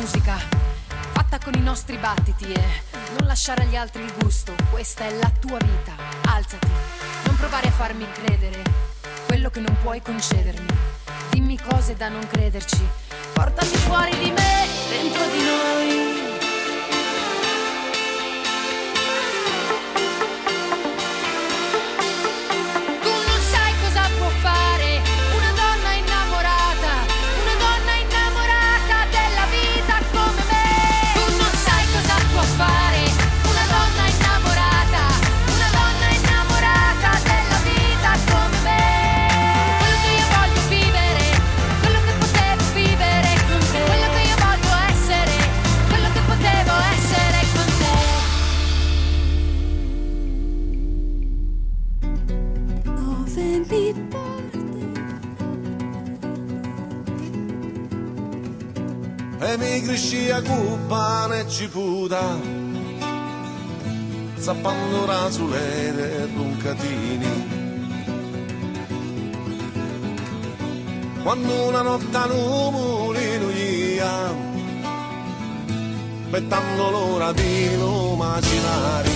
musica fatta con i nostri battiti e non lasciare agli altri il gusto. Questa è la tua vita, alzati, non provare a farmi credere quello che non puoi concedermi. Dimmi cose da non crederci, portami fuori di me, dentro di noi. E mi cresci a cubane e ciputa, zappando rasulere e runcatini. Quando una notte a mulino ia, aspettando l'ora di macinari.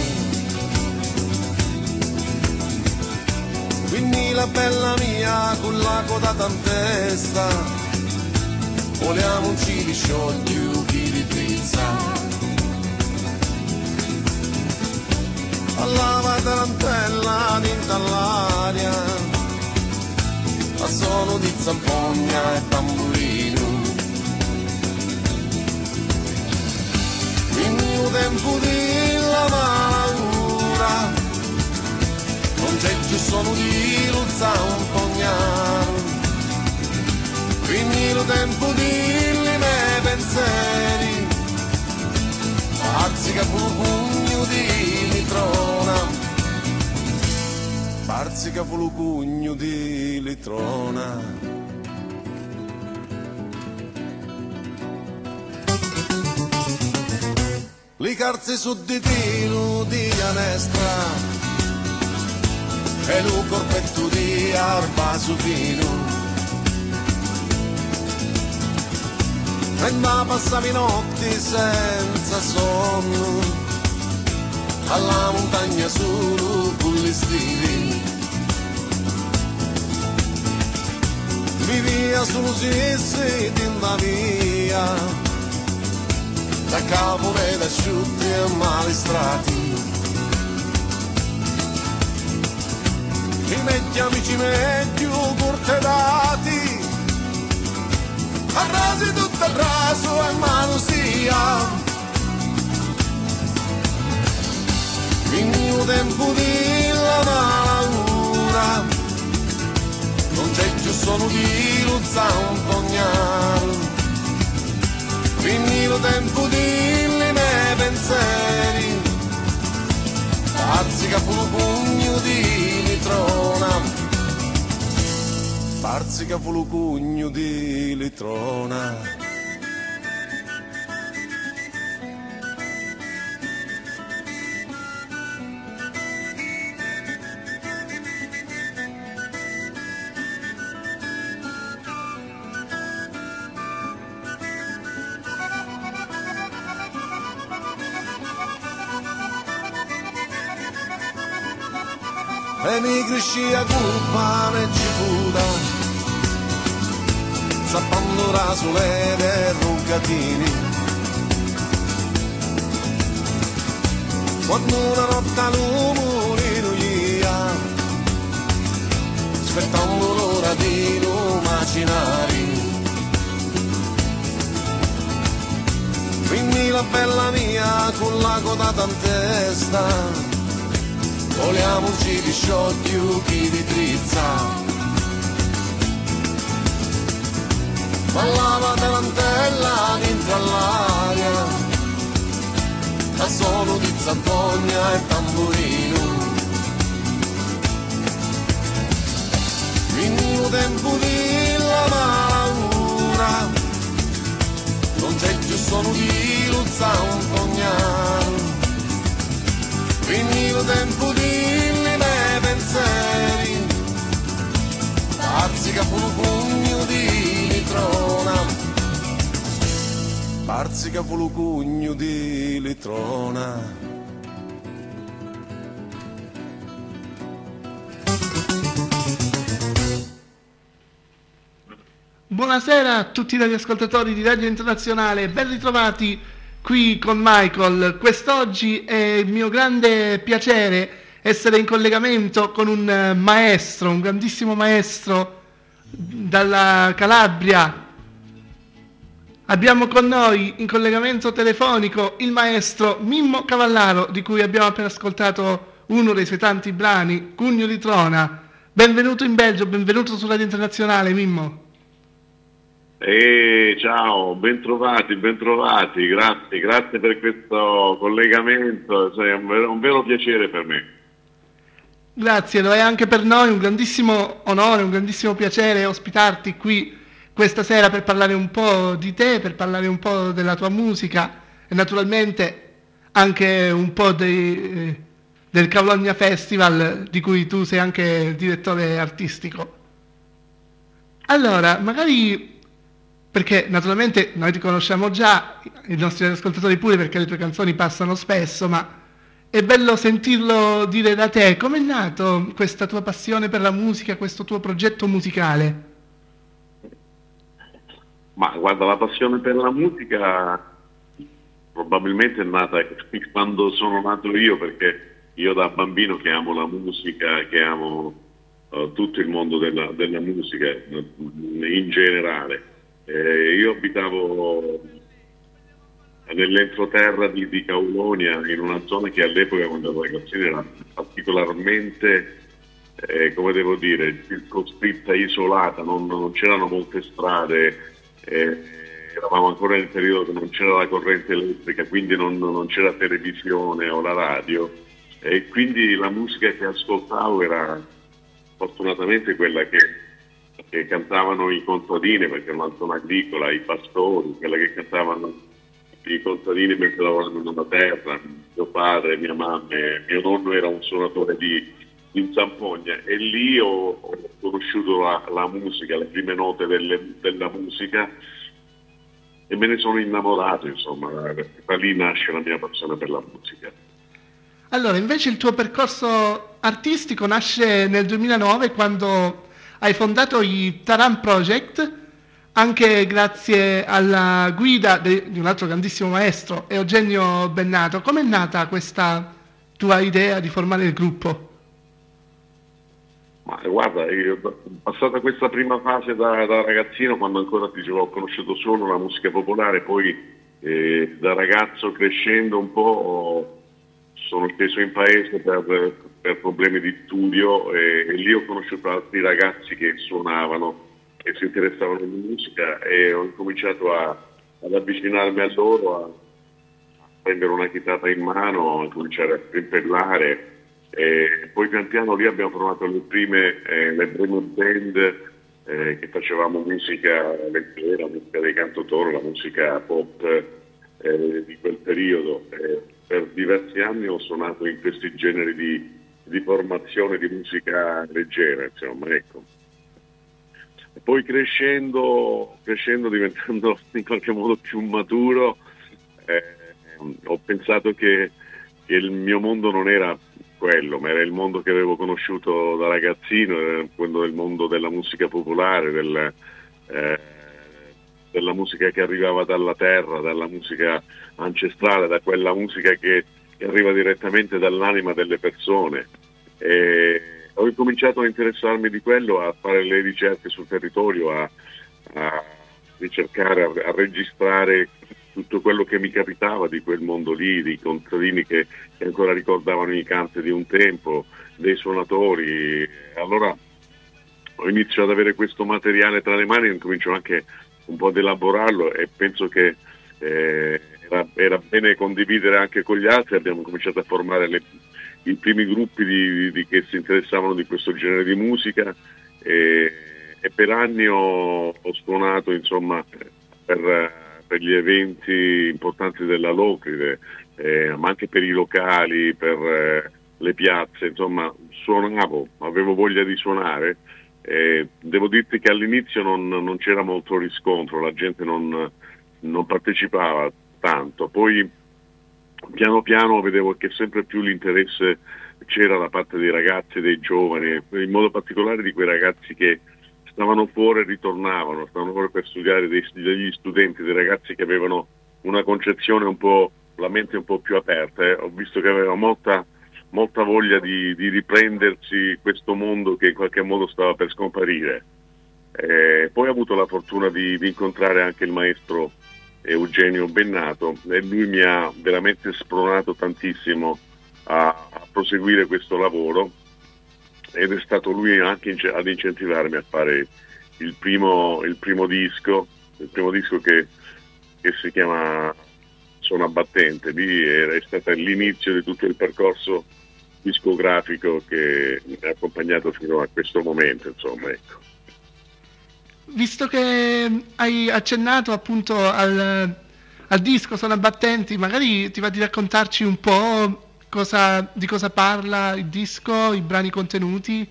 Quindi la bella mia con la coda tantesta, vogliamo un cibi sciolti chi di pizza. Alla tarantella dinta all'aria, a suono di zampogna e tamburino. In mio tempo di lavagura, non c'è più suono di luzza un pognano. Quindi lo tempo di le miei pensieri, bazzica fu pugno di litrona, bazzica fu pugno di litrona. Li carzi su di tiro di anestra e lo corpetto di arba su fino. E ma passavi notti senza sonno, alla montagna solo con gli stili. Vivia solo si tinda via, da capo ed asciutti e mali strati. I metti amici meglio cortedati, arrasi tutto il raso e mano sia. Il mio tempo di lavagura, non c'è più solo di luzza un pognaro. Il mio tempo di le miei pensieri, bazzica fu un pugno di litrona, bazzica fu un pugno di litrona. E mi cresci a Cuba e Ciputa, zappando rasolere e rugatini. Quando una notte all'umorino ia, aspettando l'ora di macinari. Quindi la bella mia con la codata in testa, vogliamoci di sciolti chi di trizza. Ballava tarantella dentro all'aria, a suono di zampogna e tamburino. In mio tempo di lavagura, non c'è più suono di luzza un pognaro. Finito tempo di le miei pensieri, bazzica fu un pugno di litrona, Parzica fu lo cugno di Litrona. Buonasera a tutti gli ascoltatori di Radio Internazionale, ben ritrovati qui con Michael. Quest'oggi è il mio grande piacere essere in collegamento con un maestro, un grandissimo maestro dalla Calabria. Abbiamo con noi in collegamento telefonico il maestro Mimmo Cavallaro, di cui abbiamo appena ascoltato uno dei suoi tanti brani, Cugno di Trona. Benvenuto in Belgio, benvenuto su Radio Internazionale, Mimmo. Ciao, bentrovati, grazie per questo collegamento, è un vero piacere per me. Grazie, lo è anche per noi, un grandissimo onore, un grandissimo piacere ospitarti qui questa sera per parlare un po' di te, per parlare un po' della tua musica e naturalmente anche un po' del Cavlogna Festival, di cui tu sei anche il direttore artistico. Allora, magari, perché naturalmente noi ti conosciamo già, i nostri ascoltatori pure, perché le tue canzoni passano spesso, ma è bello sentirlo dire da te. Com'è nato questa tua passione per la musica, questo tuo progetto musicale? Ma guarda, la passione per la musica probabilmente è nata quando sono nato io, perché io da bambino che amo la musica, che amo tutto il mondo della musica in generale. Io abitavo nell'entroterra di Caulonia, in una zona che all'epoca, quando ero ragazzino, era particolarmente, come devo dire, circoscritta, isolata, non c'erano molte strade, eravamo ancora nel periodo che non c'era la corrente elettrica, quindi non c'era televisione o la radio, e quindi la musica che ascoltavo era fortunatamente quella che cantavano i contadini, perché era una zona agricola, i pastori, quella che cantavano i contadini mentre lavoravano nella terra, mio padre, mia mamma, mio nonno era un suonatore in zampogna, e lì ho conosciuto la musica, le prime note della musica, e me ne sono innamorato, insomma, da lì nasce la mia passione per la musica. Allora, invece il tuo percorso artistico nasce nel 2009, quando hai fondato i Taran Project, anche grazie alla guida di un altro grandissimo maestro, Eugenio Bennato. Com'è nata questa tua idea di formare il gruppo? Ma guarda, io, passata questa prima fase da ragazzino, quando ancora ti dicevo, ho conosciuto solo la musica popolare, poi da ragazzo crescendo un po' sono sceso in paese per problemi di studio, e lì ho conosciuto altri ragazzi che suonavano, che si interessavano di musica, e ho incominciato ad avvicinarmi a loro, a prendere una chitarra in mano, a cominciare a strimpellare, e poi pian piano lì abbiamo formato le prime band, che facevamo musica leggera, musica dei cantautori, la musica pop di quel periodo. Per diversi anni ho suonato in questi generi di formazione di musica leggera, insomma, ecco. E poi crescendo, diventando in qualche modo più maturo, ho pensato che il mio mondo non era quello, ma era il mondo che avevo conosciuto da ragazzino, era quello del mondo della musica popolare, della musica che arrivava dalla terra, dalla musica ancestrale, da quella musica che arriva direttamente dall'anima delle persone. E ho incominciato a interessarmi di quello, a fare le ricerche sul territorio, a ricercare, a registrare tutto quello che mi capitava di quel mondo lì, di contadini che ancora ricordavano i canti di un tempo, dei suonatori. Allora ho iniziato ad avere questo materiale tra le mani e incomincio anche un po' ad elaborarlo, e penso che era bene condividere anche con gli altri. Abbiamo cominciato a formare i primi gruppi che si interessavano di questo genere di musica, e per anni ho suonato, insomma, per gli eventi importanti della Locride, ma anche per i locali, per le piazze, insomma suonavo, avevo voglia di suonare. Devo dirti che all'inizio non c'era molto riscontro, la gente non non partecipava tanto. Poi piano piano vedevo che sempre più l'interesse c'era da parte dei ragazzi e dei giovani, in modo particolare di quei ragazzi che stavano fuori e ritornavano, stavano fuori per studiare, degli studenti, dei ragazzi che avevano una concezione un po', la mente un po' più aperta. Ho visto che aveva molta voglia di riprendersi questo mondo che in qualche modo stava per scomparire. Poi ho avuto la fortuna di incontrare anche il maestro Eugenio Bennato, e lui mi ha veramente spronato tantissimo a proseguire questo lavoro, ed è stato lui anche ad incentivarmi a fare il primo disco che si chiama Sono Abbattente. Lì è stato l'inizio di tutto il percorso discografico che mi ha accompagnato fino a questo momento, insomma, ecco. Visto che hai accennato appunto al disco Sono Abbattenti, magari ti va di raccontarci un po' di cosa parla il disco, i brani contenuti?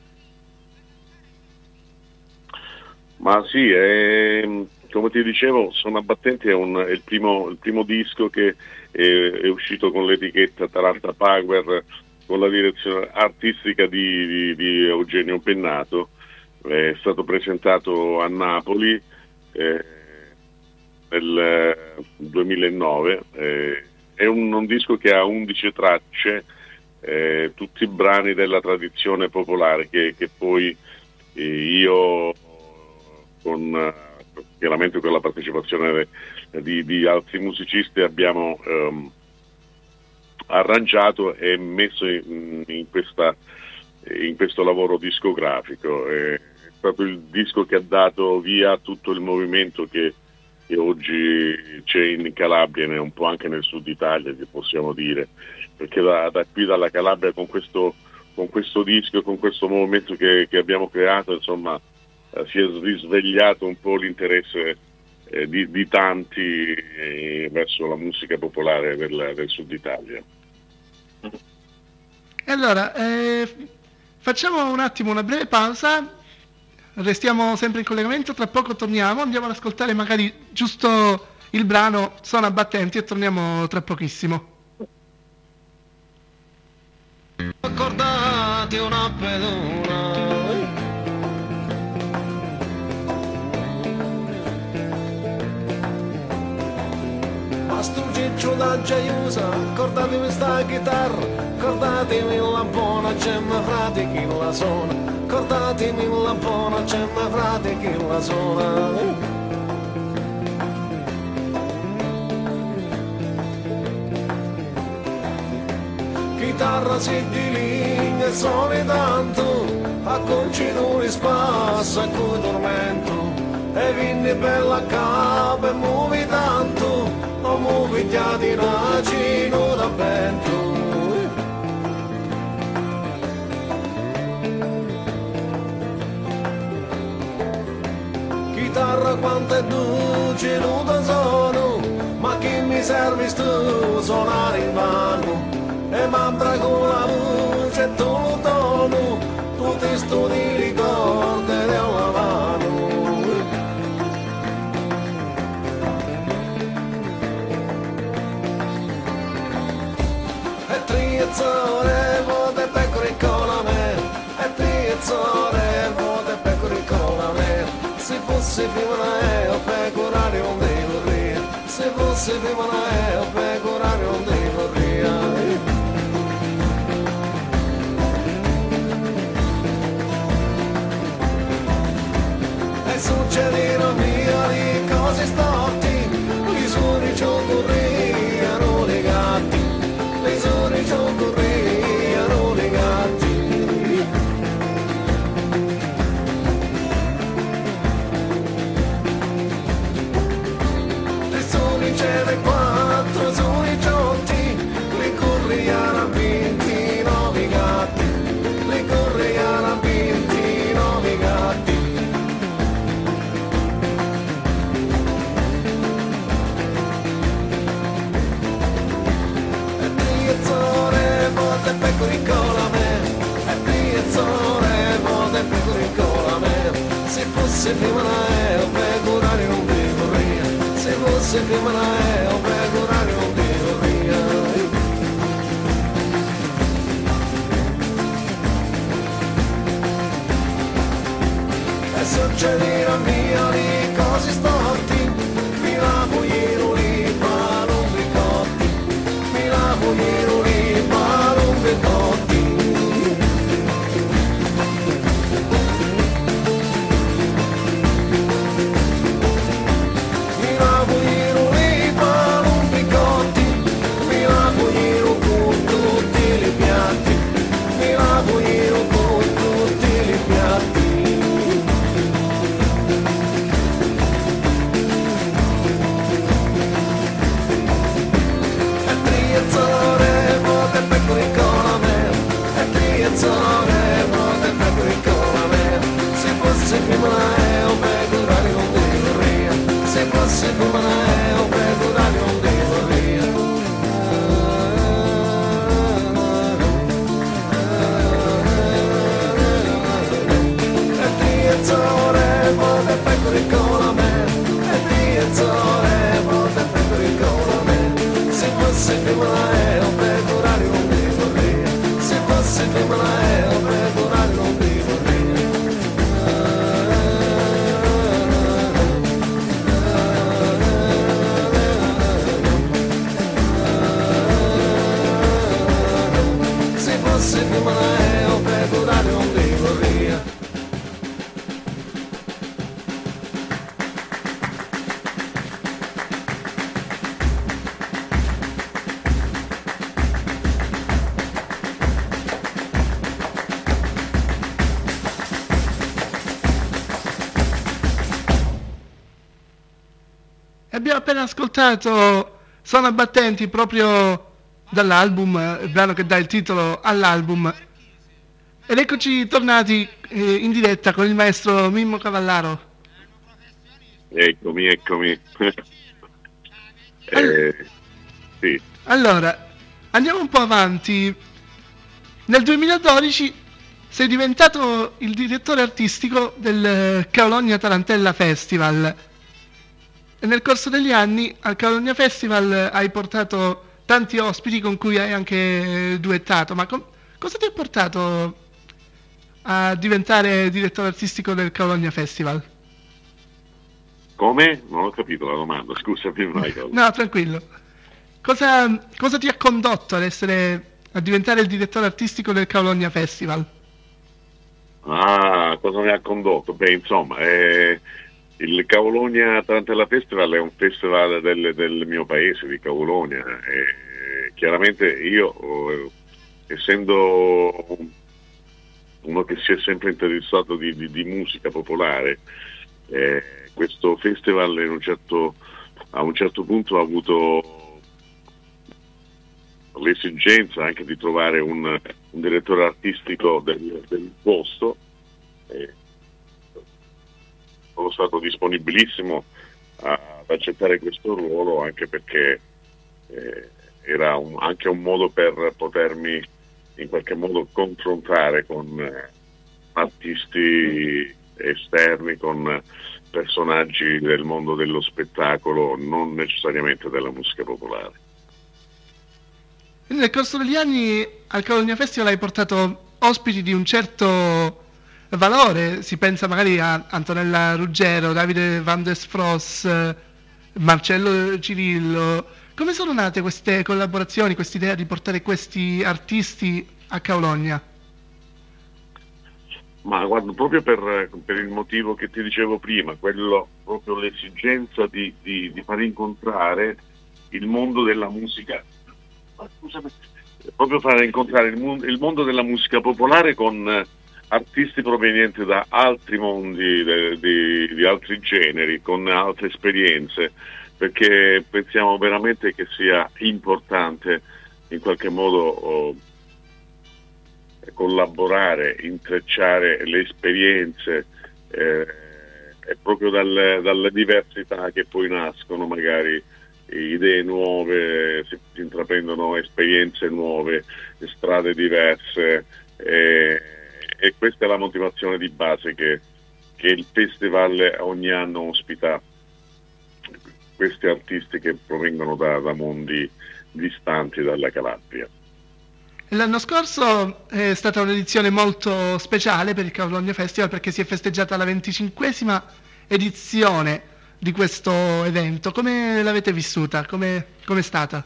Ma sì, come ti dicevo, Sono Abbattenti è il primo disco che è uscito con l'etichetta Taranta Power, con la direzione artistica di Eugenio Bennato. È stato presentato a Napoli nel 2009. È un disco che ha 11 tracce, tutti brani della tradizione popolare che poi io, chiaramente con la partecipazione di altri musicisti, abbiamo arrangiato e messo in questo lavoro discografico. È stato il disco che ha dato via a tutto il movimento che oggi c'è in Calabria e un po' anche nel sud Italia, che possiamo dire, perché da qui, dalla Calabria, con questo disco, con questo movimento che abbiamo creato, insomma, si è risvegliato un po' l'interesse di tanti verso la musica popolare del sud Italia. E allora, facciamo un attimo una breve pausa, restiamo sempre in collegamento, tra poco torniamo, andiamo ad ascoltare magari giusto il brano Sono Abbattenti e torniamo tra pochissimo. Accordati una peduna, a sto ciccio da giaiusa, accordatemi sta chitarra, accordatemi il lampone, c'è me frate chi la suona, accordatemi il lampone, c'è me frate chi la suona. Chitarra si dilinga e suoni tanto, a conciduri spasso e coi tormento, e vinni per la capa e muovi tanto, non muovi già di racino da vento. Chitarra quanto è dolce non te sono, ma che mi serve sto suonare in vano? E m'ambra con la voce e tu lo tono, tu ti studi ricordi della mano. E triazzone, vote pecore con la me, e triazzone, vote pecore con la me. Se fosse femmina o pecorare non devo ria, se fosse femmina o pecorare non devo ria. Succedero via di cose storti, i suoni ci corriano le gatti, i suoni ci corriano le gatti. I suoni c'è le quattro, suoni ciotti, li corriano vinti nuovi gatti, li corriano vinti nuovi gatti. Pecore con la me, e piazzone, volte pecore con la me. Se fosse femmina o pecorare non devo ria, se fosse fosse prima l'aereo per curare un tiro via. E succederà mia lì cose storti, mi lavo ieri lì ma non ricordi, mi lavo ieri lì ma non ricordi. Se prima l'aereo per curare non devo ria, se fosse prima l'aereo per curare non devo ria. E triazzone, molte pecore con la me, e triazzone, molte pecore con la me. Se fosse prima l'aereo per curare non devo ria, se fosse prima l'aereo per curare non devo ria. Se prima l'aereo per curare non devo via. Abbiamo appena ascoltato Sono Battenti proprio dall'album, il brano che dà il titolo all'album. Ed eccoci tornati in diretta con il maestro Mimmo Cavallaro. Eccomi. Sì. Allora, andiamo un po' avanti. Nel 2012 sei diventato il direttore artistico del Caologna Tarantella Festival. E nel corso degli anni al Caologna Festival hai portato tanti ospiti con cui hai anche duettato, ma cosa ti ha portato a diventare direttore artistico del Caologna Festival? Come? Non ho capito la domanda, scusami Michael. No, tranquillo. Cosa ti ha condotto a diventare il direttore artistico del Caologna Festival? Cosa mi ha condotto? Beh, insomma, il Caologna Tarantella Festival è un festival del mio paese, di Caologna, e chiaramente io, essendo uno che si è sempre interessato di musica popolare, questo festival a un certo punto ha avuto l'esigenza anche di trovare un direttore artistico del posto. Sono stato disponibilissimo ad accettare questo ruolo, anche perché era anche un modo per potermi in qualche modo confrontare con artisti esterni, con personaggi del mondo dello spettacolo, non necessariamente della musica popolare. Nel corso degli anni al Caologna Festival hai portato ospiti di un certo valore, si pensa magari a Antonella Ruggero, Davide Van der Sfros, Marcello Cirillo. Come sono nate queste collaborazioni, quest'idea di portare questi artisti a Caologna? Ma guarda, proprio per il motivo che ti dicevo prima, quello proprio l'esigenza di far incontrare il mondo della musica, proprio far incontrare il mondo della musica popolare con artisti provenienti da altri mondi, di altri generi, con altre esperienze, perché pensiamo veramente che sia importante in qualche modo collaborare, intrecciare le esperienze, e proprio dalle diversità che poi nascono magari idee nuove, si intraprendono esperienze nuove, strade diverse, e questa è la motivazione di base che il festival ogni anno ospita questi artisti che provengono da mondi distanti dalla Calabria. L'anno scorso è stata un'edizione molto speciale per il Caulonia Festival, perché si è festeggiata la 25esima edizione di questo evento. Come l'avete vissuta? Com'è stata?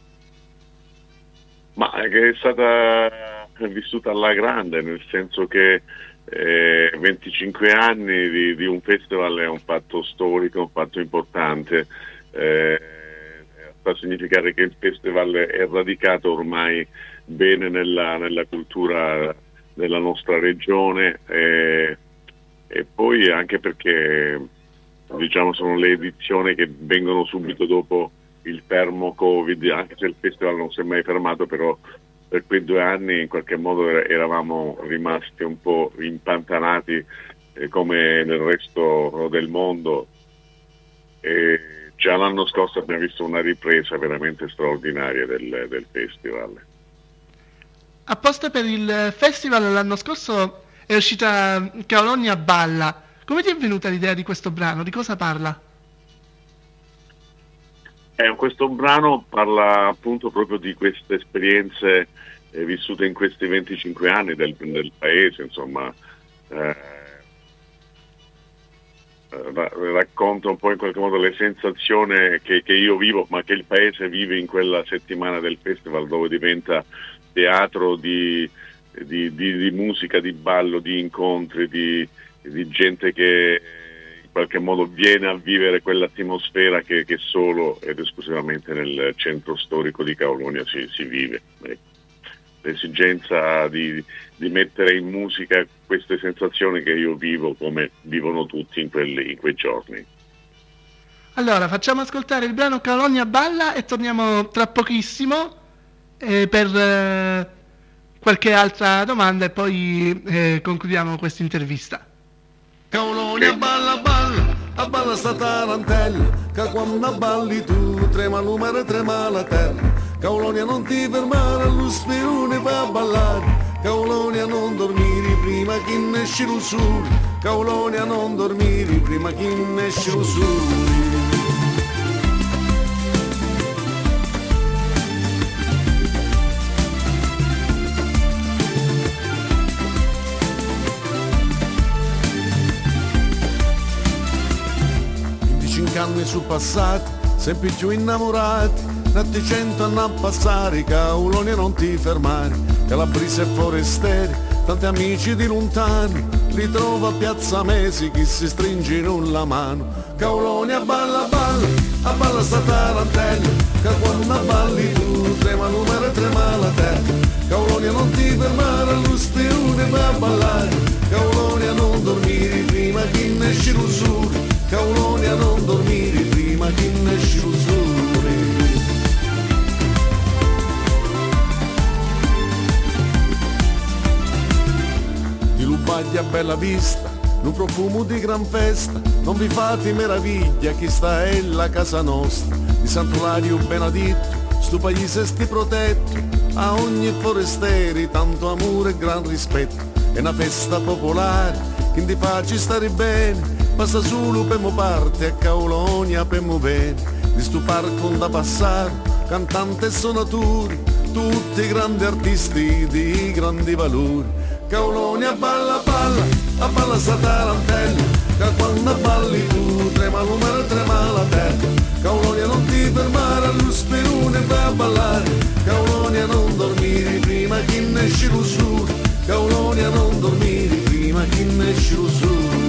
Ma che è stata vissuta alla grande, nel senso che 25 anni di un festival è un fatto storico, un fatto importante. Sta a significare che il festival è radicato ormai bene nella cultura della nostra regione, e poi anche perché, diciamo, sono le edizioni che vengono subito dopo il fermo Covid, anche se il festival non si è mai fermato, però per quei 2 anni in qualche modo eravamo rimasti un po' impantanati come nel resto del mondo, e già l'anno scorso abbiamo visto una ripresa veramente straordinaria del festival. Apposta per il festival l'anno scorso è uscita Caulonia Balla. Come ti è venuta l'idea di questo brano? Di cosa parla? Questo brano parla appunto proprio di queste esperienze vissute in questi 25 anni del paese, insomma. Racconta un po' in qualche modo le sensazioni che io vivo, ma che il paese vive in quella settimana del festival, dove diventa teatro di musica, di ballo, di incontri, di gente che in qualche modo viene a vivere quell'atmosfera che solo ed esclusivamente nel centro storico di Caulonia si vive. L'esigenza di mettere in musica queste sensazioni che io vivo, come vivono tutti in quei giorni. Allora, facciamo ascoltare il brano Caulonia Balla e torniamo tra pochissimo per qualche altra domanda, e poi concludiamo questa intervista. Caulonia balla balla, a balla sta tarantella, che quando balli tu trema il numero e trema la terra. Caulonia non ti fermare, allo sperone vai a ballare. Caulonia non dormire prima che ne esce lo sole. Caulonia non dormire prima che ne esce lo sole. Anni su passati, sempre più innamorati, nati 100 anni a passare, Caulonia non ti fermare, che la brisa è forestiera, tanti amici di lontano, ritrova a Piazza Mesi, chi si stringe in la mano. Caulonia balla balla, a balla sta tarantella, che quando balli tu trema il numero e trema la terra. Caulonia non ti fermare, allo spione vai a ballare. Caulonia non dormire prima che ne esce lo sole. Caulonia non dormire prima che ne esce lo sole. Di Lubaglia bella vista, un profumo di gran festa, non vi fate meraviglia, chi sta è la casa nostra. Di Sant'Ulario benedetto, sto paese sti protetto, a ogni forestieri tanto amore e gran rispetto. È una festa popolare, che ti faccia stare bene, passa solo per mo parte a Caulonia per mo bene. Di sto parco da passare, cantanti e suonatori, tutti grandi artisti di grandi valori. Caulonia balla balla, a balla sta tarantella, che quando balli tu trema il numero e trema la terra. Caulonia non ti fermare, allo sperone vai a ballare. Caulonia non dormire prima che ne esce lo sole. Caulonia non dormire prima che ne esce lo sole.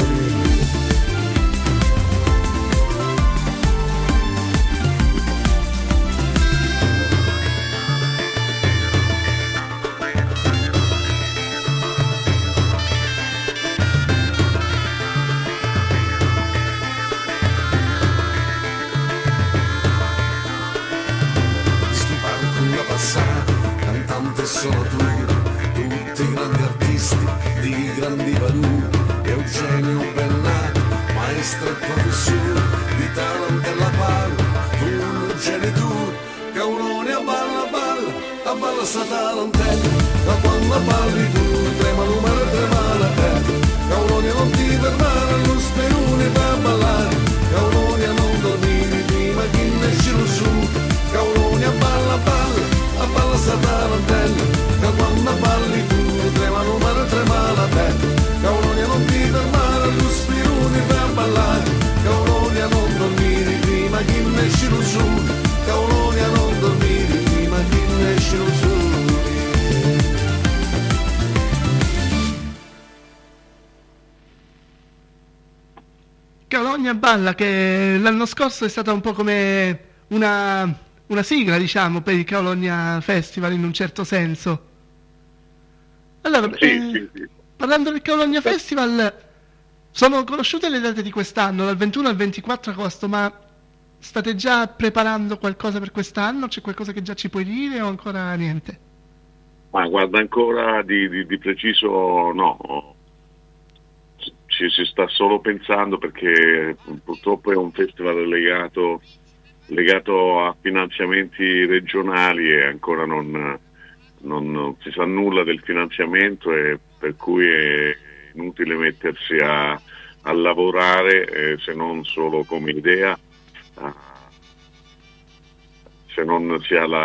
Cantanti suonatori, tutti grandi artisti di grandi valori. Eugenio Bennato, maestro e professore di tarantella palo, tu un genitore. Caulonia balla balla, a balla sta tarantella, da quando balli tu trema il numero e trema la terra. Caulonia non ti fermare, allo sperone vai a ballare. Caulonia non dormire prima Colonia Balla, che l'anno scorso è stata un po' come una sigla, diciamo, per il Colonia Festival in un certo senso. Allora, Sì. parlando del Colonia Festival, sono conosciute le date di quest'anno, dal 21 al 24 agosto, ma state già preparando qualcosa per quest'anno? C'è qualcosa che già ci puoi dire o ancora niente? Ma guarda, ancora di preciso no, si sta solo pensando, perché purtroppo è un festival legato a finanziamenti regionali e ancora non si sa nulla del finanziamento, e per cui è inutile mettersi a lavorare se non solo come idea, se non si ha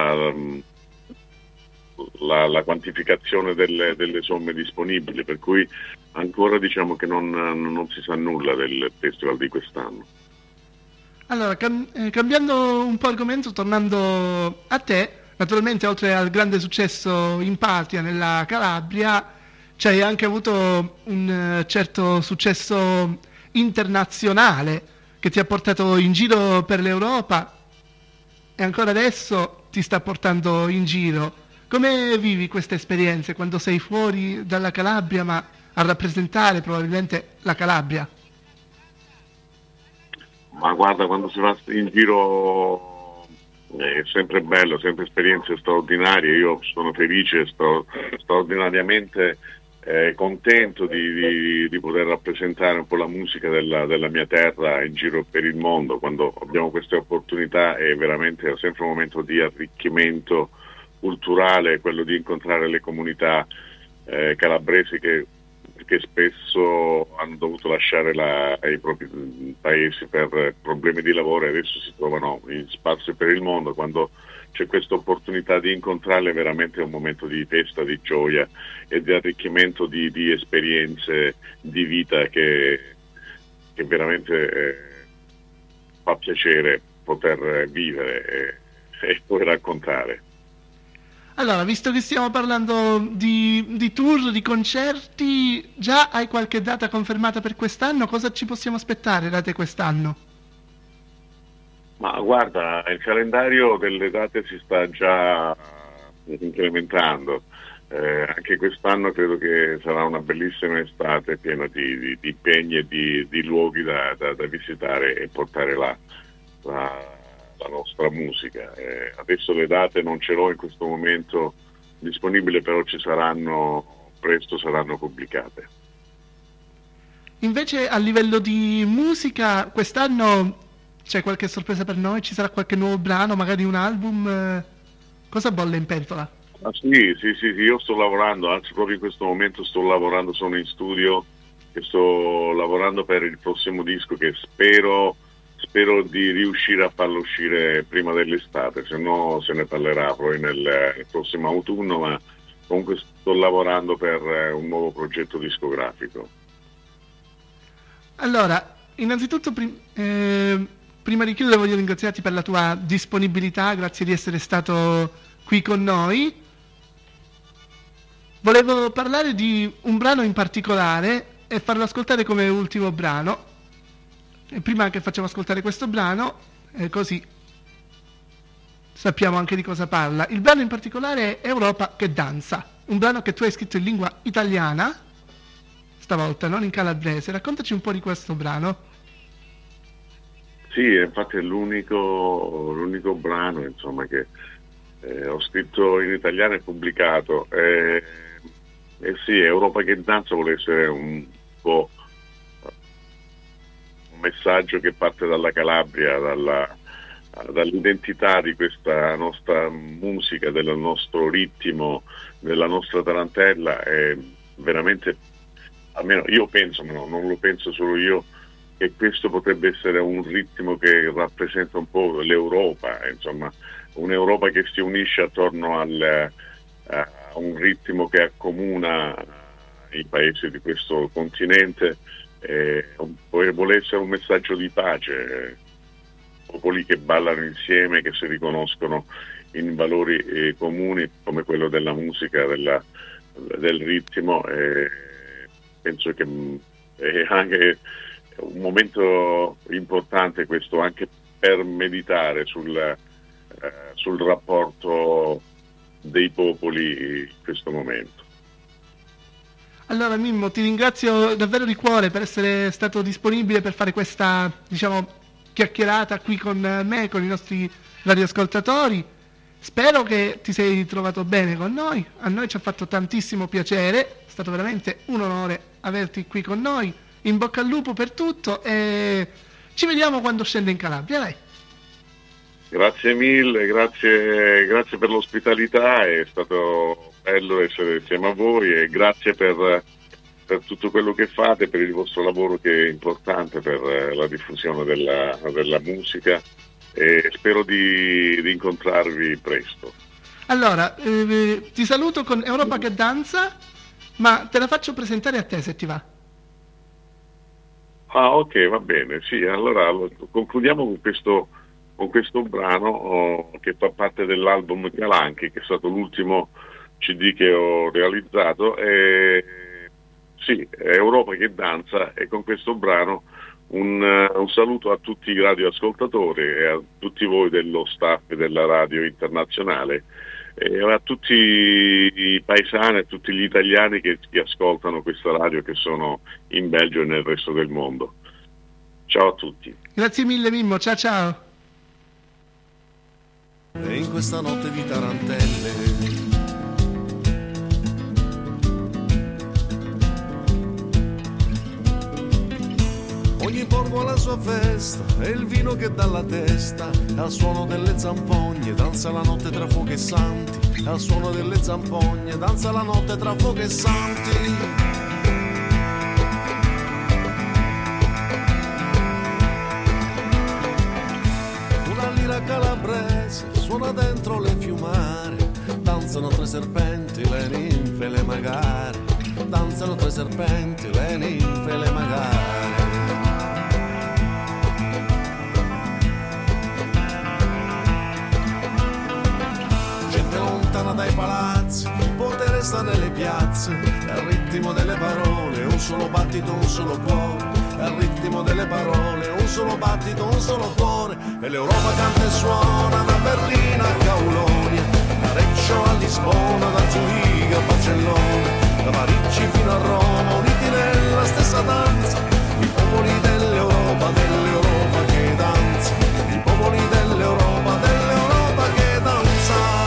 la quantificazione delle somme disponibili, per cui ancora diciamo che non si sa nulla del festival di quest'anno. Allora, cambiando un po' argomento, tornando a te, naturalmente oltre al grande successo in patria nella Calabria, c'hai anche avuto un certo successo internazionale che ti ha portato in giro per l'Europa e ancora adesso ti sta portando in giro. Come vivi queste esperienze quando sei fuori dalla Calabria ma a rappresentare probabilmente la Calabria? Ma guarda, quando si va in giro è sempre bello, sempre esperienze straordinarie. Io sono felice, straordinariamente contento di poter rappresentare un po' la musica della mia terra in giro per il mondo. Quando abbiamo queste opportunità è veramente sempre un momento di arricchimento culturale, quello di incontrare le comunità calabresi che spesso hanno dovuto lasciare i propri paesi per problemi di lavoro e adesso si trovano in spazio per il mondo. Quando c'è questa opportunità di incontrarle, veramente è un momento di festa, di gioia e di arricchimento di esperienze di vita che veramente fa piacere poter vivere e poi raccontare. Allora, visto che stiamo parlando di tour, di concerti, già hai qualche data confermata per quest'anno? Cosa ci possiamo aspettare da te quest'anno? Ma guarda, il calendario delle date si sta già incrementando. Anche quest'anno credo che sarà una bellissima estate piena di impegni e di luoghi da visitare e portare la nostra musica. Adesso le date non ce l'ho in questo momento disponibile, però presto saranno pubblicate. Invece a livello di musica, quest'anno c'è qualche sorpresa per noi? Ci sarà qualche nuovo brano, magari un album? Cosa bolle in pentola? Ah, sì, io sto lavorando, anzi proprio in questo momento sono in studio e sto lavorando per il prossimo disco che spero di riuscire a farlo uscire prima dell'estate, se no se ne parlerà poi nel prossimo autunno, ma comunque sto lavorando per un nuovo progetto discografico. Allora, innanzitutto prima di chiudere voglio ringraziarti per la tua disponibilità, grazie di essere stato qui con noi. Volevo parlare di un brano in particolare e farlo ascoltare come ultimo brano. E prima che facciamo ascoltare questo brano, così sappiamo anche di cosa parla. Il brano in particolare è Europa che danza, un brano che tu hai scritto in lingua italiana, stavolta non in calabrese. Raccontaci un po' di questo brano. Sì, infatti è l'unico brano, insomma, che ho scritto in italiano e pubblicato. Sì, Europa che danza vuole essere un po' un messaggio che parte dalla Calabria, dall'identità di questa nostra musica, del nostro ritmo, della nostra tarantella. Veramente, almeno io penso, ma non lo penso solo io, che questo potrebbe essere un ritmo che rappresenta un po' l'Europa, insomma, un'Europa che si unisce attorno a un ritmo che accomuna i paesi di questo continente. Vuole essere un messaggio di pace, popoli che ballano insieme, che si riconoscono in valori comuni come quello della musica, del ritmo. Penso che anche un momento importante questo anche per meditare sul rapporto dei popoli in questo momento. Allora Mimmo, ti ringrazio davvero di cuore per essere stato disponibile per fare questa, chiacchierata qui con me, con i nostri radioascoltatori. Spero che ti sei trovato bene con noi, a noi ci ha fatto tantissimo piacere, è stato veramente un onore averti qui con noi. In bocca al lupo per tutto e ci vediamo quando scende in Calabria, dai. Grazie mille, grazie per l'ospitalità, è stato bello essere insieme a voi e grazie per tutto quello che fate, per il vostro lavoro che è importante per la diffusione della musica e spero di incontrarvi presto. Allora, ti saluto con Europa che danza, ma te la faccio presentare a te se ti va. Ah, ok, va bene, sì, allora concludiamo con questo brano che fa parte dell'album Calanchi, che è stato l'ultimo CD che ho realizzato, e sì, è Europa che danza, e con questo brano un saluto a tutti i radioascoltatori e a tutti voi dello staff della radio internazionale e a tutti i paesani e tutti gli italiani che ascoltano questa radio, che sono in Belgio e nel resto del mondo. Ciao a tutti. Grazie mille Mimmo, ciao ciao. E in questa notte di tarantelle ogni porco ha la sua festa e il vino che dà la testa, al suono delle zampogne danza la notte tra fuochi e santi, al suono delle zampogne danza la notte tra fuochi e santi. Calabrese suona dentro le fiumare, danzano tre serpenti, le ninfe e le magare, danzano tre serpenti, le ninfe e le magare. Gente lontana dai palazzi, il potere sta nelle piazze, è al ritmo delle parole, un solo battito, un solo cuore. Al ritmo delle parole, un solo battito, un solo cuore. E l'Europa canta e suona da Berlino a Caulonia, da Reccio a Lisbona, da Zurigo a Barcellona, da Parigi fino a Roma, uniti nella stessa danza. I popoli dell'Europa che danza, i popoli dell'Europa che danza.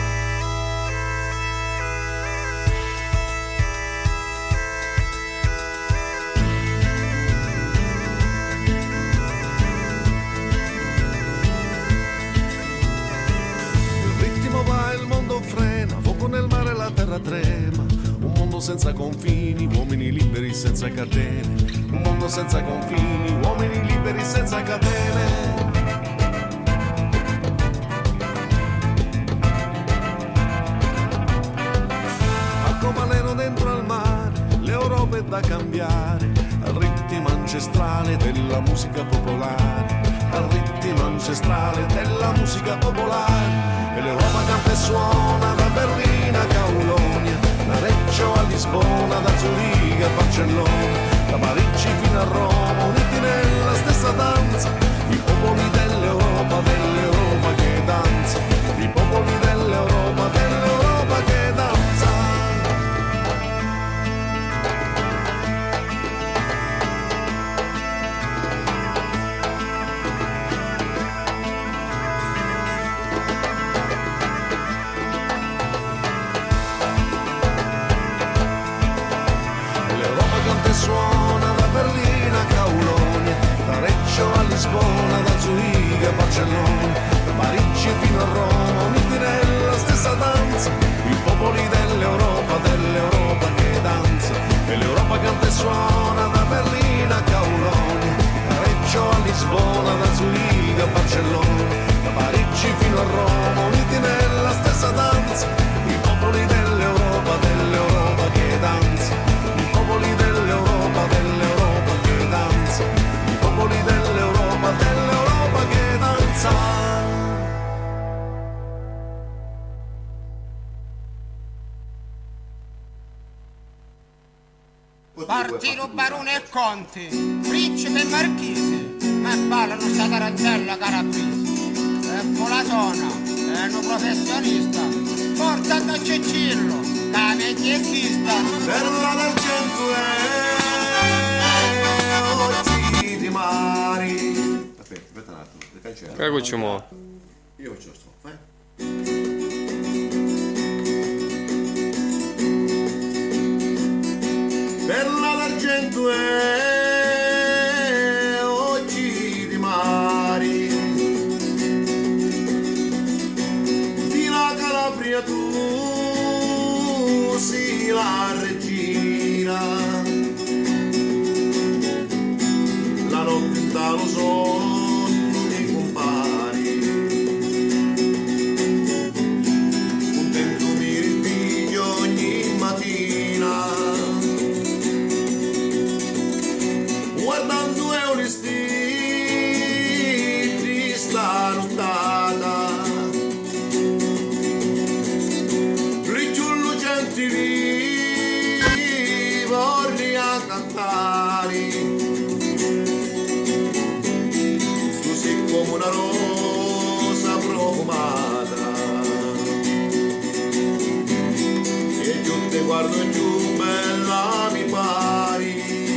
Nel mare la terra trema, un mondo senza confini, uomini liberi senza catene, un mondo senza confini, uomini liberi senza catene. Arcobaleno dentro al mare, l'Europa è da cambiare, al ritmo ancestrale della musica popolare, al ritmo ancestrale della musica popolare. E l'Europa canta e suona da Berlino a Caulonia, da Reccio a Lisbona, da Zurigo a Barcellona, da Parigi fino a Roma, uniti nella stessa danza. I popoli dell'Europa che danza, i popoli dell'Europa che danza. Suona da Berlino a Caulonia, da Reccio a Lisbona, da Zurigo a Barcellona, da Parigi fino a Roma, uniti nella stessa danza. I popoli dell'Europa che danza. E l'Europa canta e suona da Berlino a Caulonia, da Reccio a Lisbona, da Zurigo a Barcellona, da Parigi fino a Roma, uniti nella stessa danza. I popoli dell'Europa che danza. I popoli dell'Europa che danza, i popoli dell'Europa che danza. Partiro Barone e Conte, principe marchese, ma ballano sta tarantella carabrese. E con la zona, è un professionista, portando a Cecillo, cane e chista. Perla d'argento oggi di mari. Aspetta un attimo, le cancello. Eccoci mo. Io faccio lo strofa, Perla d'argento oggi di mari. Di la Calabria tu si la regina. La notte in talo sonno dei compari. Contento mi ripiglio ogni mattina. Guardando Euristi sta nottata. Ricciullo genti vorrei a cantare. Tu sei come una rosa profumata e io ti guardo giù bella mi pari.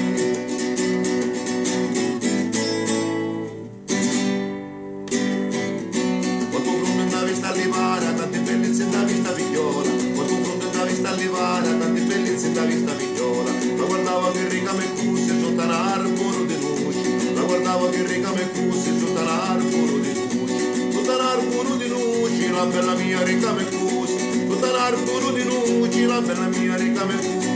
Vista livara, tante bellezze da vista figliola. Quando un fronte da vista livara, tante bellezze da vista figliola. La guardavo che riga me cusse sotto un arboro di luci. La guardavo che riga me cusse sotto un arboro di luci. Sotto un arboro di luci, la bella mia riga me cusse. Sotto un arboro di luci, la bella mia riga me cusse.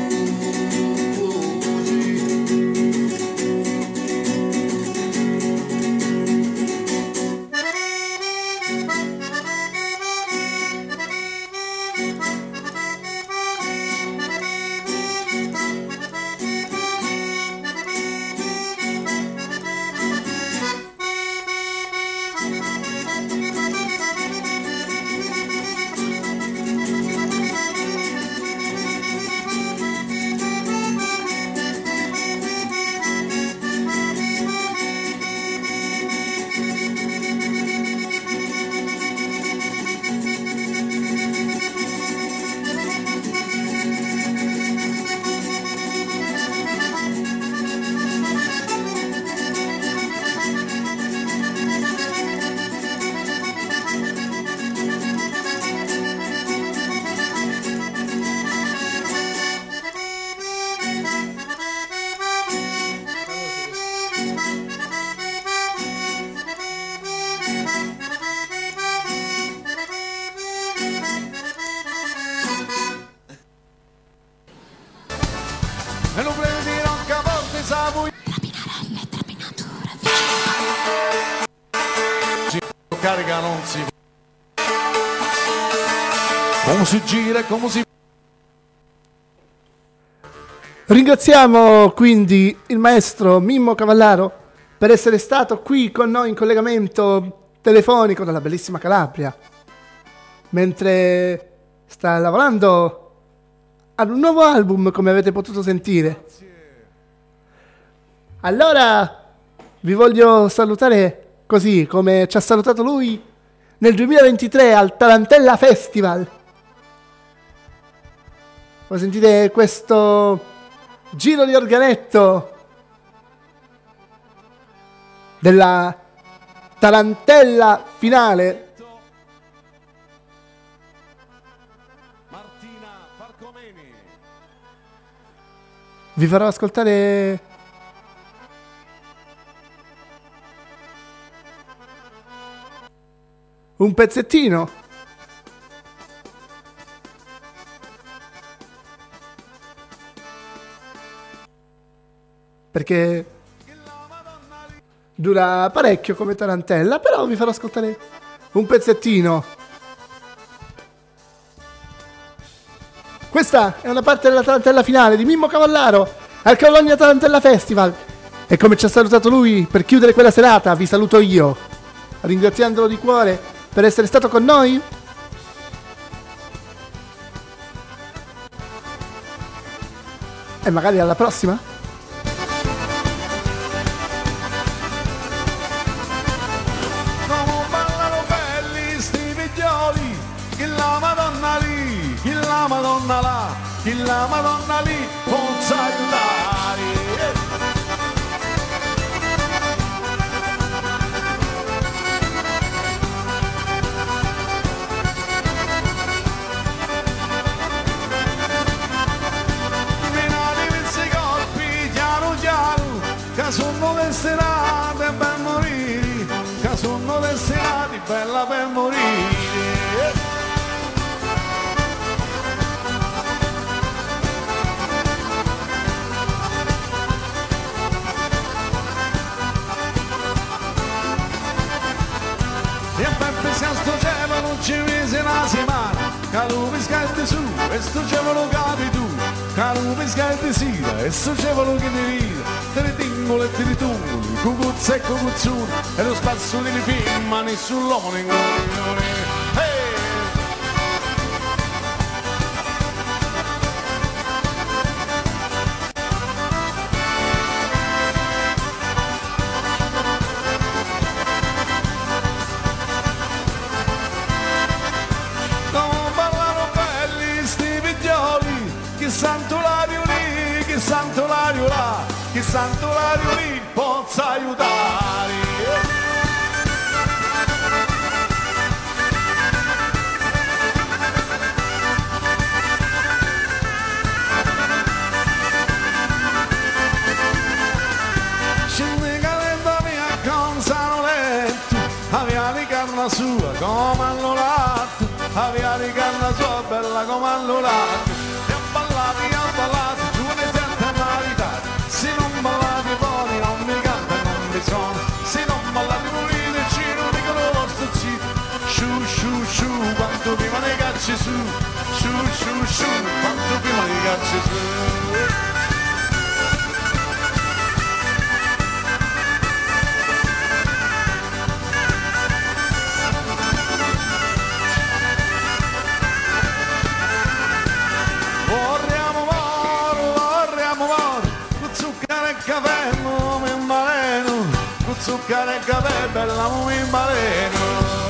E non prendi rocca volte sa voi. Trapinarelle, trapinatura. Carica non si. Come si gira e come si. Ringraziamo quindi il maestro Mimmo Cavallaro per essere stato qui con noi in collegamento telefonico dalla bellissima Calabria, mentre sta lavorando ad un nuovo album, come avete potuto sentire. Allora vi voglio salutare così come ci ha salutato lui nel 2023 al Tarantella Festival. Voi sentite questo giro di organetto della tarantella finale. Martina Parcomeni. Vi farò ascoltare un pezzettino. Perché dura parecchio come tarantella, però vi farò ascoltare un pezzettino. Questa è una parte della tarantella finale di Mimmo Cavallaro al Colonia Tarantella Festival. E come ci ha salutato lui per chiudere quella serata, vi saluto io, ringraziandolo di cuore per essere stato con noi. E magari alla prossima. chi la Madonna lì, chi la Madonna là, chi la Madonna lì possa aiutare. Che sono destinati per morire, che sono destinati bella per morire. E a Peppe se sto cielo non ci mise una settimana, che lui scaldi su e sto cielo lo capi tu, che lui scaldi sera e sto cielo che ti vita, te ne tingolo e te ne tungoli, cucuzza e cucuzzuni, e lo spazio di film, ma nessun l'uomo ne ingoglione. Che Sant'Olario lì possa aiutare. Scende calenda mia con Sano letto, aveva di carna sua come hanno latto, aveva di carna sua bella come hanno latto, e a ballati, giù ne sente maritati. Se non ballate poi non mi canta e non mi suona, se non ballate morite ci non dicono vostro zitto. Sciù, sciù, sciù, quanto prima ne cacci su, sciù, sciù, sciù, quanto prima ne cacci su. Zucchero e caffè, bella in baleno.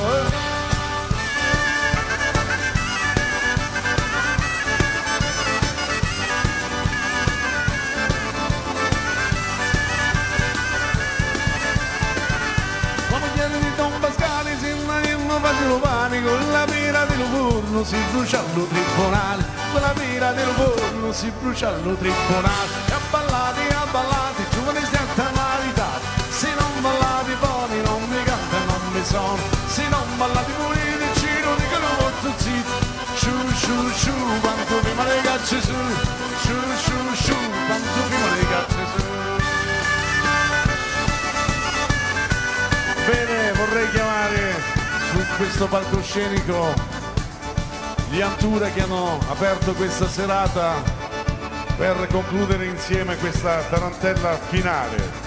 La moglie di Don Pasquale si innanima facendo panico, la pira del forno si brucia al tribunale, con la pira del forno si brucia al tribunale, e a ballati, giovani siete maritati. Se non ballati poi non mi canta e non mi sono, se non ballati puliti ci non dicono molto zitto. Sciù, sciù, sciù, quanto prima le cacce su, sciù, sciù, sciù, quanto prima le cacce su. Bene, vorrei chiamare su questo palcoscenico gli Antura che hanno aperto questa serata per concludere insieme questa tarantella finale.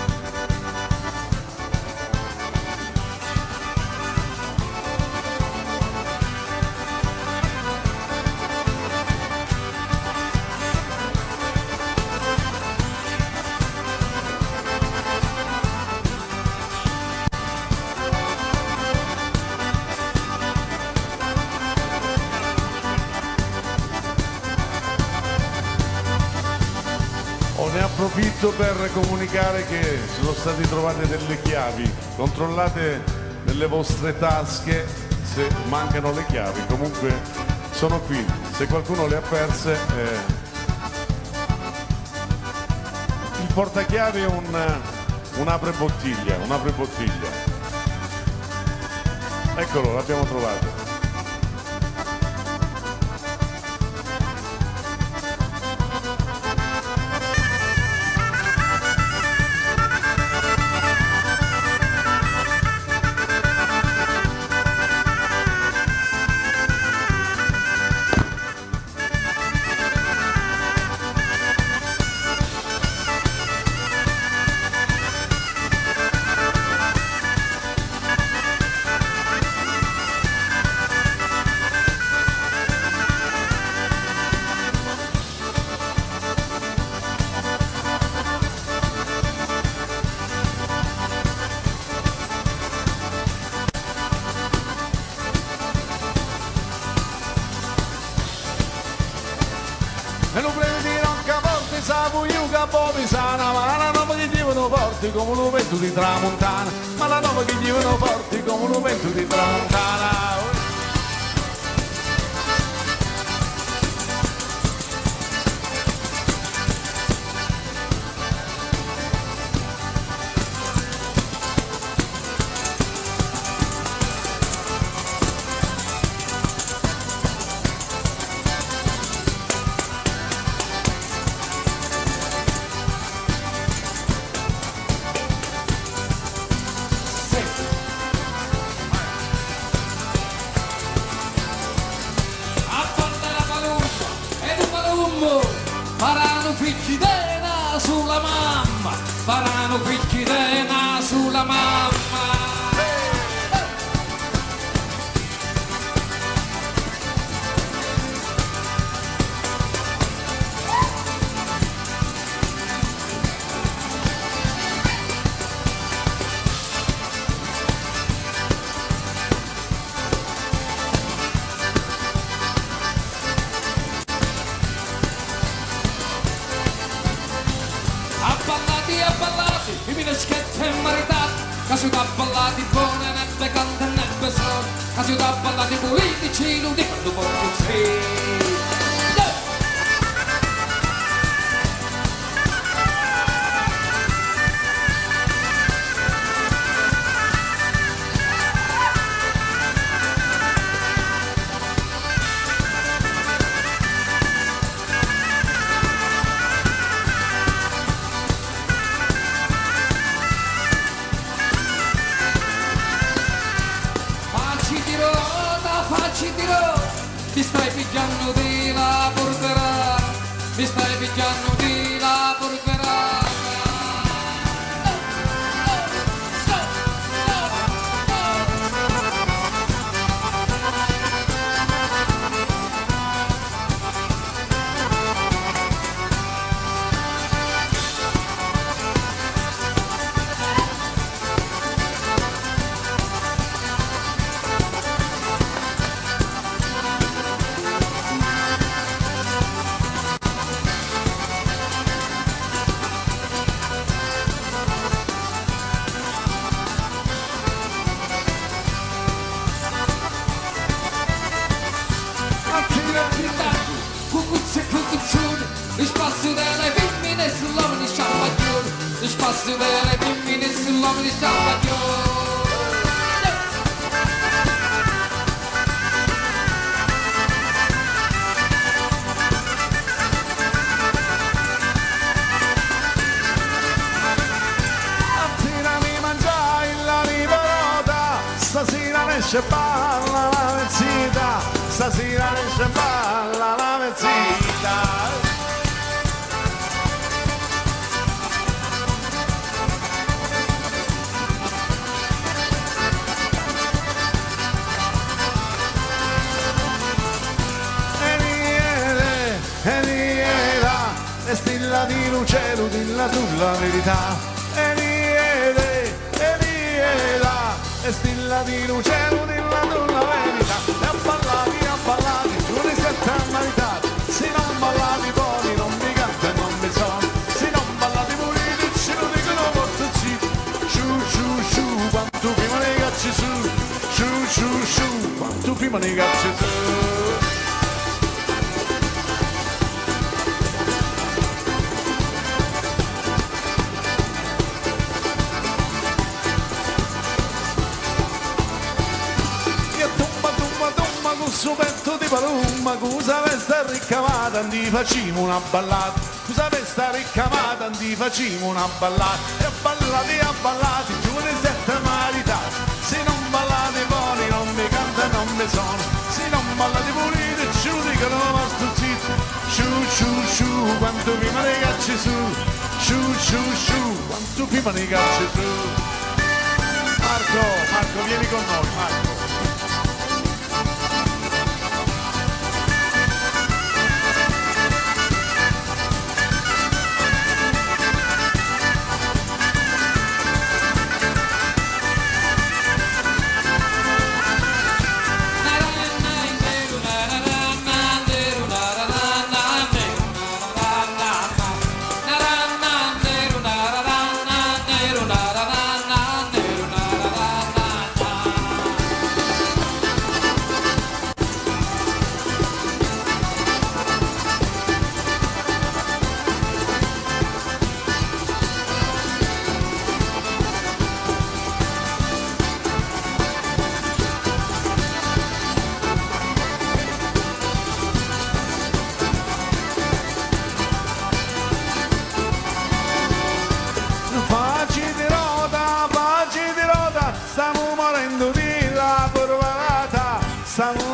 Ne approfitto per comunicare che sono state trovate delle chiavi, controllate nelle vostre tasche se mancano le chiavi, comunque sono qui, se qualcuno le ha perse il portachiavi è un aprebottiglia, eccolo, l'abbiamo trovato. e non prendi roccaforte, sa pugliuca povisana, ma la nova che divano forti come un vento di tramontana, ma la nova che divano forti come un vento di tramontana. Faranno friggidena sulla mamma, faranno friggidena sulla mamma. Abballati, i mineschetti e maritati, casi da ballati buone, nebbe cante e nebbe sole, casi da ballati politici, non dicono così. Mi stai pigiando di la porterà, mi stai pigiando di la porterà. Lo spazio delle femmine sull'uomo di Sciampaglione, lo spazio delle femmine sull'uomo di Sciampaglione. Stasera mi mangiai la rivolta, stasera ne esce balla la mezzita, stasera ne esce balla la mezzita. E stilla di luce, dilla tu la verità. E stilla di luce, dilla tu la verità. E abballati, tu ne sei maritati. Se non ballati buoni non mi canta e non mi sono. Se non ballati politici non dicono forse sì. Sciù, quanto prima ne cacci su. Sciù, quanto prima ne cacci su. Su petto di palumma, cosa vesta ricamata, andi facciamo una ballata, cosa vesta ricamata, andi facciamo una ballata, e abballati, giù ne sette maritati, se non ballate buoni non mi canta e non mi sono, se non ballate pulite ci lo dicono vostro zitto, sciù, quanto prima ne cacci su, sciù, quanto prima ne cacci su. Marco, vieni con noi, Marco.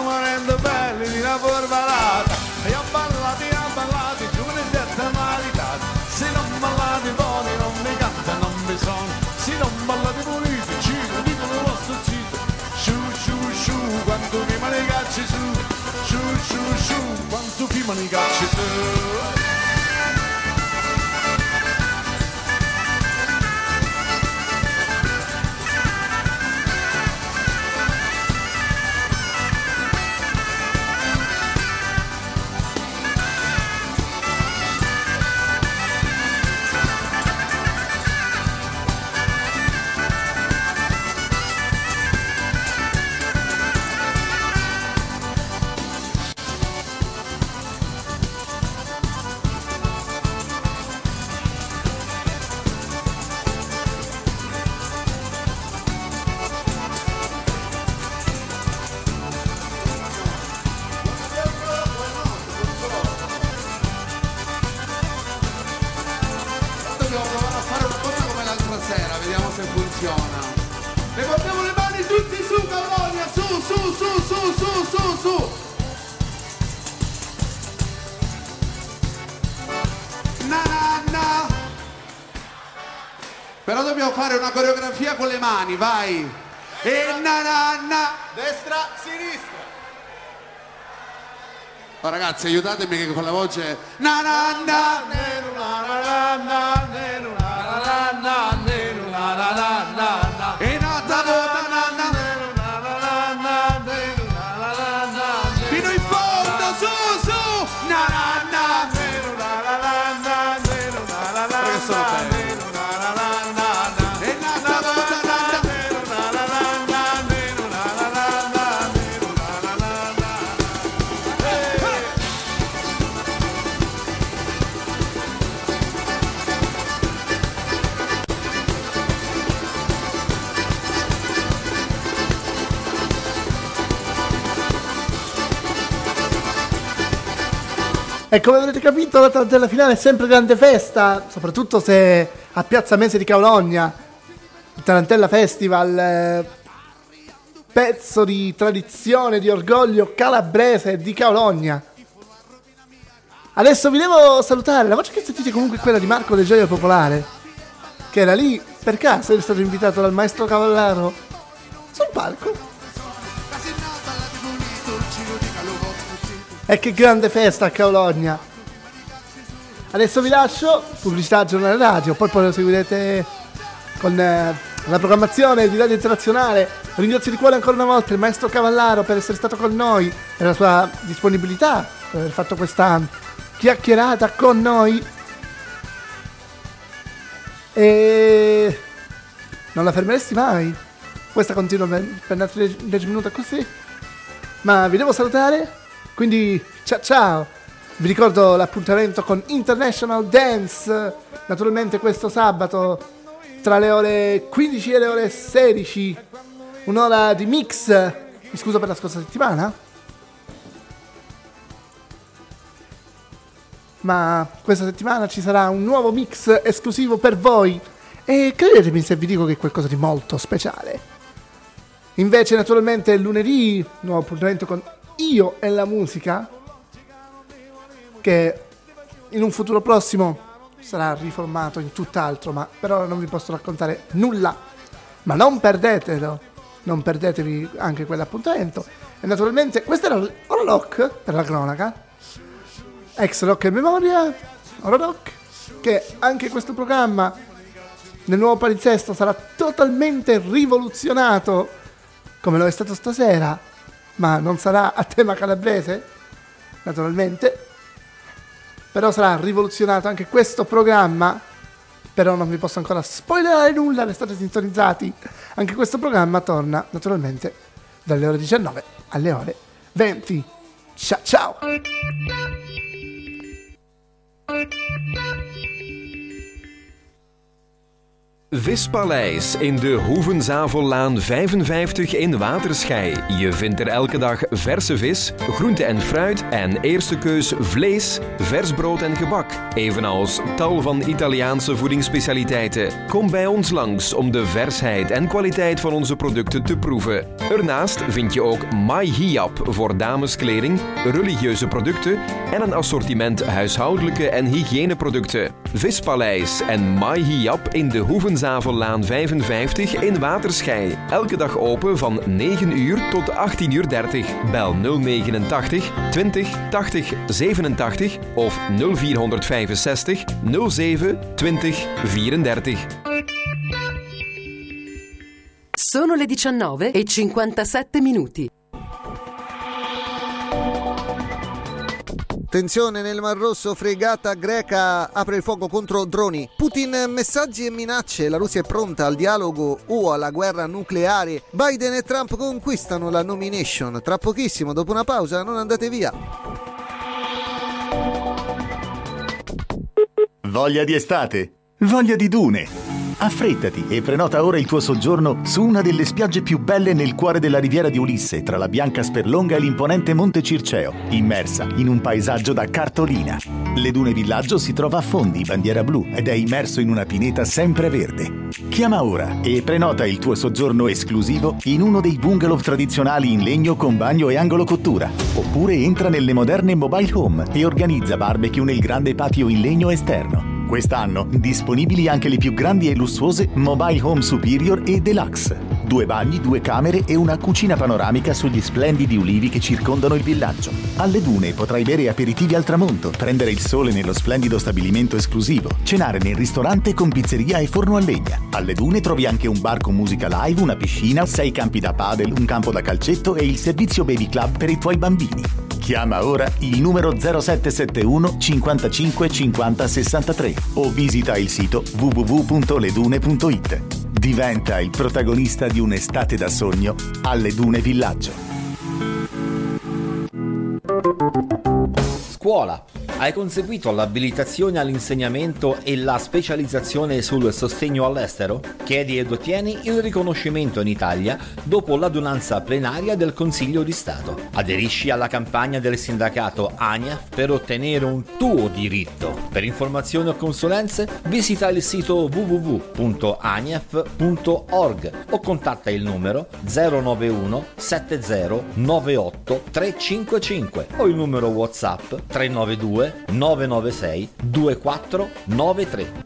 morendo belli di una formalata. E ho ballati, giovani sette maritati. Se non ballate buoni non mi canta, non mi sono. Se non ballate puliti, ci dicono lo sto zitto. Sciù, sciù, sciù, quanto prima ne cacci su. Sciù, sciù, sciù, quanto prima ne cacci su. Dobbiamo provare a fare una cosa come l'altra sera, vediamo se funziona. Le portiamo le mani tutti su, Cavonia, su, su, su, su, su, su, su. Na na na. Però dobbiamo fare una coreografia con le mani, vai. E na na na. Destra, sinistra. Oh, ragazzi, aiutatemi che con la voce na na na. E na na na na. Fino in fondo, su, su. Na na na. Perché sono belli. E na na na. E come avrete capito, la tarantella finale è sempre grande festa, soprattutto se a Piazza Mese di Caologna, il Tarantella Festival, pezzo di tradizione, di orgoglio calabrese di Caologna. Adesso vi devo salutare, la voce che sentite comunque è quella di Marco De Gioia Popolare, che era lì per caso, è stato invitato dal maestro Cavallaro sul palco. E che grande festa a Caologna. Adesso vi lascio, pubblicità, giornale radio, poi proseguirete con la programmazione di Radio Internazionale. Ringrazio di cuore ancora una volta il maestro Cavallaro per essere stato con noi e la sua disponibilità, per aver fatto questa chiacchierata con noi. E non la fermeresti mai? Questa continua per altri 10 minuti così? Ma vi devo salutare, quindi ciao ciao. Vi ricordo l'appuntamento con International Dance, naturalmente questo sabato tra le ore 15 e le ore 16, un'ora di mix. Mi scuso per la scorsa settimana, ma questa settimana ci sarà un nuovo mix esclusivo per voi e credetemi se vi dico che è qualcosa di molto speciale. Invece naturalmente lunedì, nuovo appuntamento con Io e la musica, che in un futuro prossimo sarà riformato in tutt'altro, ma per ora non vi posso raccontare nulla. Ma non perdetelo, non perdetevi anche quell'appuntamento. E naturalmente questo era Orolock, per la cronaca, ex Rock e Memoria, Orolock, che anche questo programma nel nuovo palinsesto sarà totalmente rivoluzionato, come lo è stato stasera, ma non sarà a tema calabrese, naturalmente. Però sarà rivoluzionato anche questo programma, però non vi posso ancora spoilerare nulla, restate sintonizzati. Anche questo programma torna naturalmente dalle ore 19 alle ore 20. Ciao ciao! Vispaleis in de Hoevenzavellaan 55 in Waterschei. Je vindt er elke dag verse vis, groente en fruit en eerste keus vlees, vers brood en gebak. Evenals tal van Italiaanse voedingsspecialiteiten. Kom bij ons langs om de versheid en kwaliteit van onze producten te proeven. Ernaast vind je ook My Hiap voor dameskleding, religieuze producten en een assortiment huishoudelijke en hygiëneproducten. Vispaleis en My Hiap in de Hoevenzavellaan 55 in Waterschei. Elke dag open van 9 uur tot 18:30. Bel 089 20 80 87 of 0465 07 20 34. Sono le 19:57. Tensione nel Mar Rosso, fregata greca apre il fuoco contro droni. Putin, messaggi e minacce, la Russia è pronta al dialogo o alla guerra nucleare. Biden e Trump conquistano la nomination. Tra pochissimo, dopo una pausa, non andate via. Voglia di estate? Voglia di dune? Affrettati e prenota ora il tuo soggiorno su una delle spiagge più belle nel cuore della riviera di Ulisse, tra la bianca Sperlonga e l'imponente Monte Circeo, immersa in un paesaggio da cartolina. Le Dune Villaggio si trova a Fondi, bandiera blu, ed è immerso in una pineta sempreverde. Chiama ora e prenota il tuo soggiorno esclusivo in uno dei bungalow tradizionali in legno con bagno e angolo cottura. Oppure entra nelle moderne mobile home e organizza barbecue nel grande patio in legno esterno. Quest'anno disponibili anche le più grandi e lussuose Mobile Home Superior e Deluxe. 2 bagni, 2 camere e una cucina panoramica sugli splendidi ulivi che circondano il villaggio. Alle Dune potrai bere aperitivi al tramonto, prendere il sole nello splendido stabilimento esclusivo, cenare nel ristorante con pizzeria e forno a legna. Alle Dune trovi anche un bar con musica live, una piscina, 6 campi da padel, un campo da calcetto e il servizio Baby Club per i tuoi bambini. Chiama ora il numero 0771 55 50 63 o visita il sito www.ledune.it. Diventa il protagonista di un'estate da sogno alle Dune Villaggio. Scuola. Hai conseguito l'abilitazione all'insegnamento e la specializzazione sul sostegno all'estero? Chiedi ed ottieni il riconoscimento in Italia dopo l'adunanza plenaria del Consiglio di Stato. Aderisci alla campagna del sindacato ANIAF per ottenere un tuo diritto. Per informazioni o consulenze visita il sito www.aniaf.org o contatta il numero 091 70 98 355 o il numero WhatsApp 392 996 2493.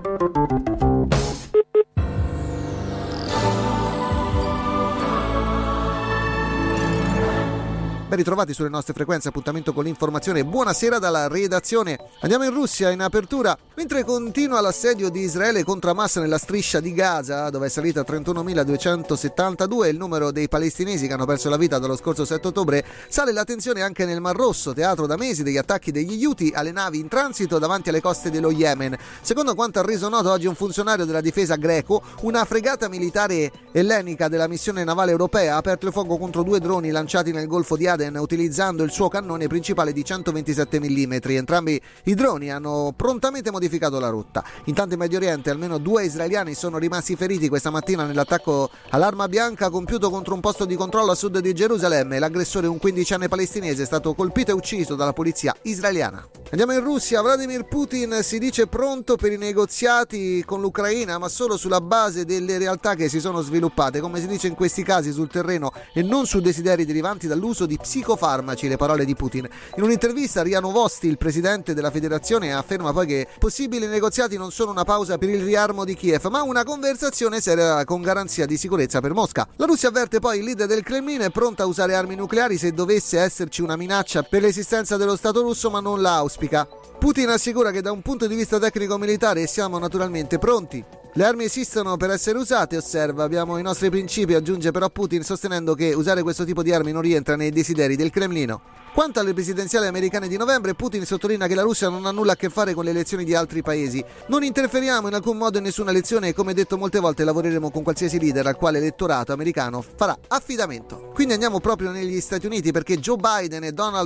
Ben ritrovati sulle nostre frequenze, appuntamento con l'informazione. Buonasera dalla redazione. Andiamo in Russia in apertura. Mentre continua l'assedio di Israele contro Hamas nella striscia di Gaza, dove è salita a 31.272 il numero dei palestinesi che hanno perso la vita dallo scorso 7 ottobre, sale la tensione anche nel Mar Rosso, teatro da mesi degli attacchi degli Houthi alle navi in transito davanti alle coste dello Yemen. Secondo quanto ha reso noto oggi un funzionario della difesa greco, una fregata militare ellenica della missione navale europea ha aperto il fuoco contro 2 droni lanciati nel Golfo di Aden utilizzando il suo cannone principale di 127 mm. Entrambi i droni hanno prontamente modificato la rotta. Intanto in Medio Oriente almeno 2 israeliani sono rimasti feriti questa mattina nell'attacco all'arma bianca compiuto contro un posto di controllo a sud di Gerusalemme. L'aggressore, un 15enne palestinese, è stato colpito e ucciso dalla polizia israeliana. Andiamo in Russia. Vladimir Putin si dice pronto per i negoziati con l'Ucraina, ma solo sulla base delle realtà che si sono sviluppate, come si dice in questi casi, sul terreno e non su desideri derivanti dall'uso di psicofarmaci, le parole di Putin. In un'intervista Ria Novosti, il presidente della federazione, afferma poi che possibili negoziati non sono una pausa per il riarmo di Kiev, ma una conversazione seria con garanzia di sicurezza per Mosca. La Russia avverte poi il leader del Cremlino è pronta a usare armi nucleari se dovesse esserci una minaccia per l'esistenza dello Stato russo, ma non la auspica. Putin assicura che da un punto di vista tecnico-militare siamo naturalmente pronti. Le armi esistono per essere usate, osserva, abbiamo i nostri principi, aggiunge però Putin, sostenendo che usare questo tipo di armi non rientra nei desideri del Cremlino. Quanto alle presidenziali americane di novembre, Putin sottolinea che la Russia non ha nulla a che fare con le elezioni di altri paesi. Non interferiamo in alcun modo in nessuna elezione e, come detto molte volte, lavoreremo con qualsiasi leader al quale l'elettorato americano farà affidamento. Quindi andiamo proprio negli Stati Uniti, perché Joe Biden e Donald